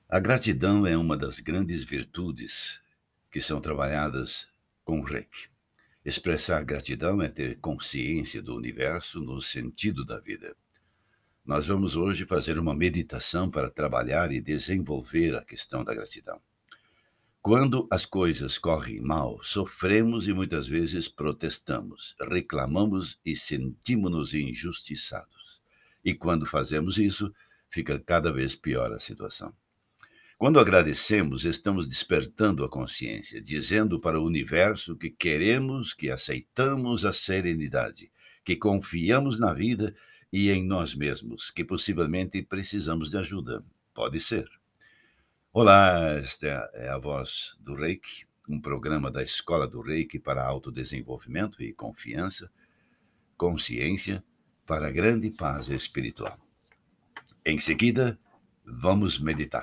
A gratidão é uma das grandes virtudes que são trabalhadas com o Reiki. Expressar gratidão é ter consciência do universo no sentido da vida. Nós vamos hoje fazer uma meditação para trabalhar e desenvolver a questão da gratidão. Quando as coisas correm mal, sofremos e muitas vezes protestamos, reclamamos e sentimos-nos injustiçados. E quando fazemos isso, fica cada vez pior a situação. Quando agradecemos, estamos despertando a consciência, dizendo para o universo que queremos, que aceitamos a serenidade, que confiamos na vida e em nós mesmos, que possivelmente precisamos de ajuda. Pode ser. Olá, esta é a Voz do Reiki, um programa da Escola do Reiki para autodesenvolvimento e confiança, consciência para a grande paz espiritual. Em seguida, vamos meditar.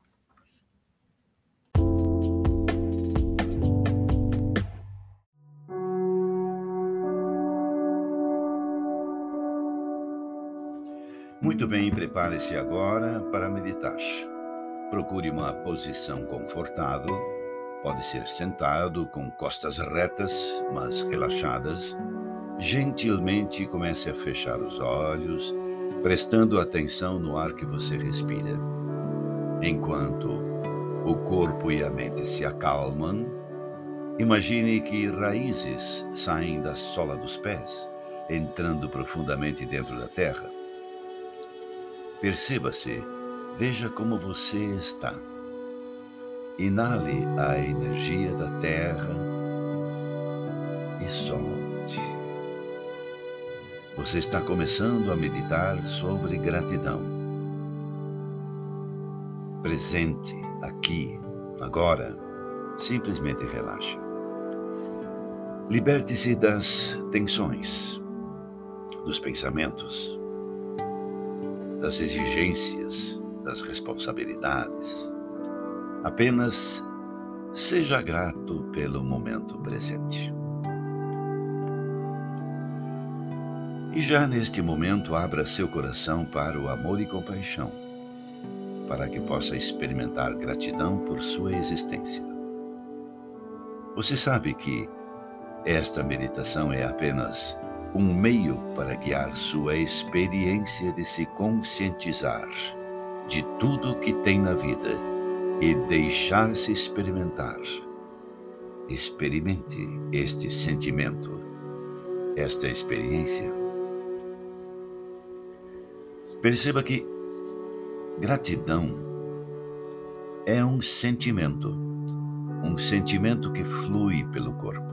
Muito bem, prepare-se agora para meditar. Procure uma posição confortável. Pode ser sentado, com costas retas, mas relaxadas. Gentilmente comece a fechar os olhos, prestando atenção no ar que você respira. Enquanto o corpo e a mente se acalmam, imagine que raízes saem da sola dos pés, entrando profundamente dentro da terra. Perceba-se, veja como você está. Inale a energia da terra e solte. Você está começando a meditar sobre gratidão. Presente, aqui, agora, simplesmente relaxe. Liberte-se das tensões, dos pensamentos, das exigências, das responsabilidades. Apenas seja grato pelo momento presente. E já neste momento, abra seu coração para o amor e compaixão, para que possa experimentar gratidão por sua existência. Você sabe que esta meditação é apenas um meio para guiar sua experiência de se conscientizar de tudo que tem na vida e deixar-se experimentar. Experimente este sentimento, esta experiência. Perceba que gratidão é um sentimento que flui pelo corpo.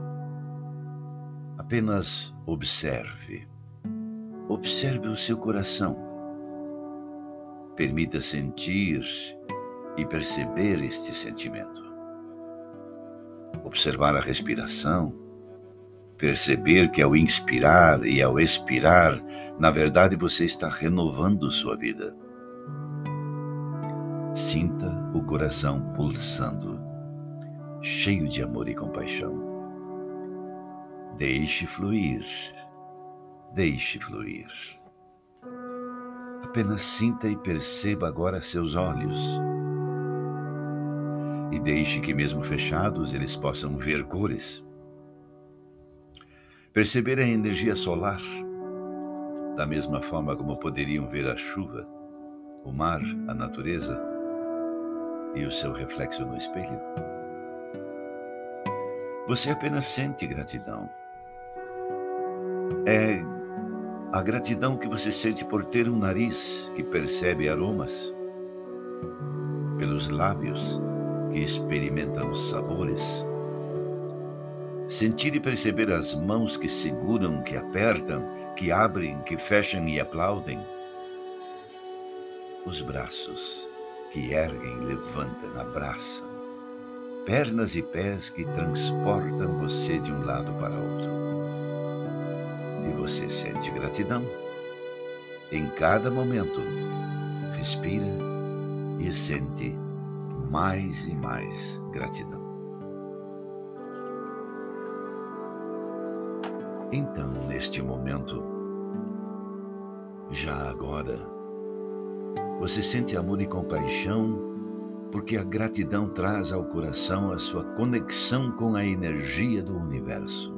Apenas observe o seu coração. Permita sentir e perceber este sentimento. Observar a respiração, perceber que ao inspirar e ao expirar, na verdade você está renovando sua vida. Sinta o coração pulsando, cheio de amor e compaixão. Deixe fluir, deixe fluir. Apenas sinta e perceba agora seus olhos. E deixe que mesmo fechados eles possam ver cores. Perceber a energia solar, da mesma forma como poderiam ver a chuva, o mar, a natureza e o seu reflexo no espelho. Você apenas sente gratidão. É a gratidão que você sente por ter um nariz que percebe aromas, pelos lábios que experimentam os sabores. Sentir e perceber as mãos que seguram, que apertam, que abrem, que fecham e aplaudem. Os braços que erguem, levantam, abraçam. Pernas e pés que transportam você de um lado para outro. E você sente gratidão. Em cada momento, respira e sente mais e mais gratidão. Então, neste momento, já agora, você sente amor e compaixão porque a gratidão traz ao coração a sua conexão com a energia do universo.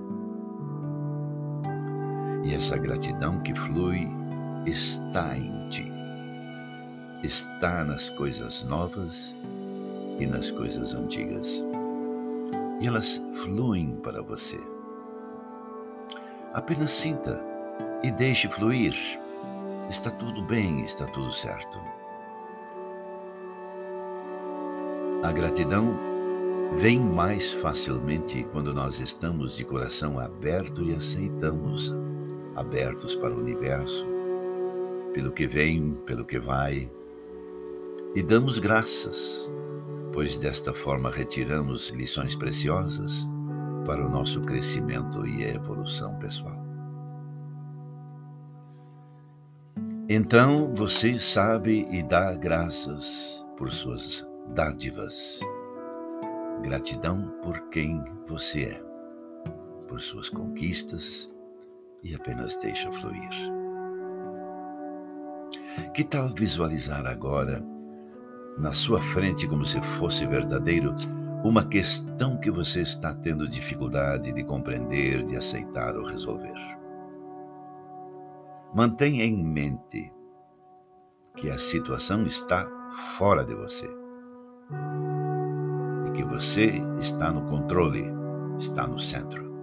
E essa gratidão que flui está em ti. Está nas coisas novas e nas coisas antigas. E elas fluem para você. Apenas sinta e deixe fluir. Está tudo bem, está tudo certo. A gratidão vem mais facilmente quando nós estamos de coração aberto e aceitamos, abertos para o universo, pelo que vem, pelo que vai, e damos graças, pois desta forma retiramos lições preciosas para o nosso crescimento e evolução pessoal. Então você sabe e dá graças por suas dádivas. Gratidão por quem você é, por suas conquistas, e apenas deixa fluir. Que tal visualizar agora, na sua frente, como se fosse verdadeiro, uma questão que você está tendo dificuldade de compreender, de aceitar ou resolver? Mantenha em mente que a situação está fora de você e que você está no controle, está no centro.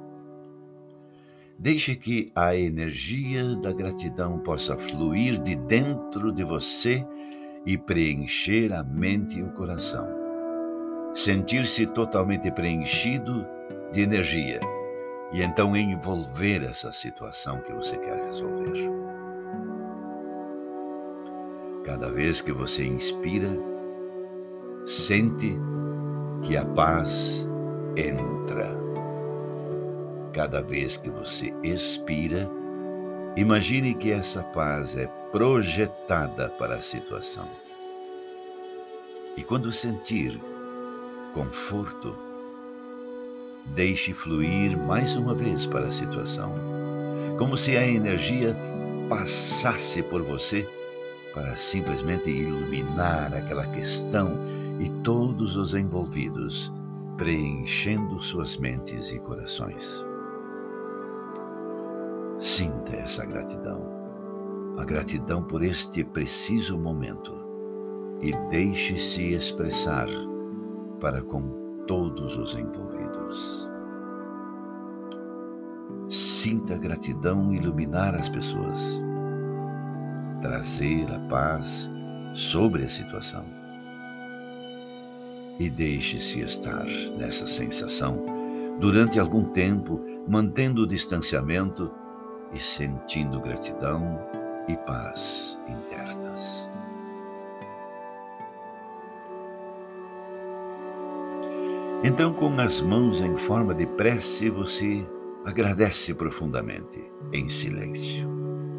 Deixe que a energia da gratidão possa fluir de dentro de você e preencher a mente e o coração. Sentir-se totalmente preenchido de energia e então envolver essa situação que você quer resolver. Cada vez que você inspira, sente que a paz entra. Cada vez que você expira, imagine que essa paz é projetada para a situação. E quando sentir conforto, deixe fluir mais uma vez para a situação, como se a energia passasse por você para simplesmente iluminar aquela questão e todos os envolvidos, preenchendo suas mentes e corações. Sinta essa gratidão, a gratidão por este preciso momento, e deixe-se expressar para com todos os envolvidos. Sinta a gratidão iluminar as pessoas, trazer a paz sobre a situação. E deixe-se estar nessa sensação durante algum tempo, mantendo o distanciamento e sentindo gratidão e paz internas. Então, com as mãos em forma de prece, você agradece profundamente, em silêncio.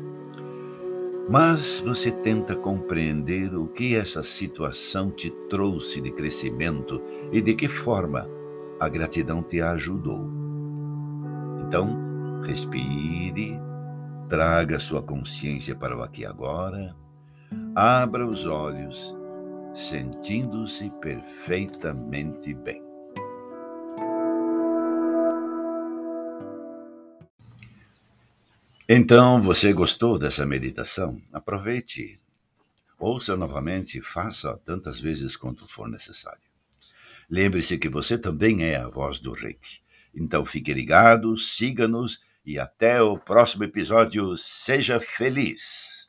Mas você tenta compreender o que essa situação te trouxe de crescimento e de que forma a gratidão te ajudou. Então, respire, traga sua consciência para o aqui e agora, abra os olhos, sentindo-se perfeitamente bem. Então, você gostou dessa meditação? Aproveite, ouça novamente e faça tantas vezes quanto for necessário. Lembre-se que você também é a voz do Reiki. Então fique ligado, siga-nos e até o próximo episódio. Seja feliz!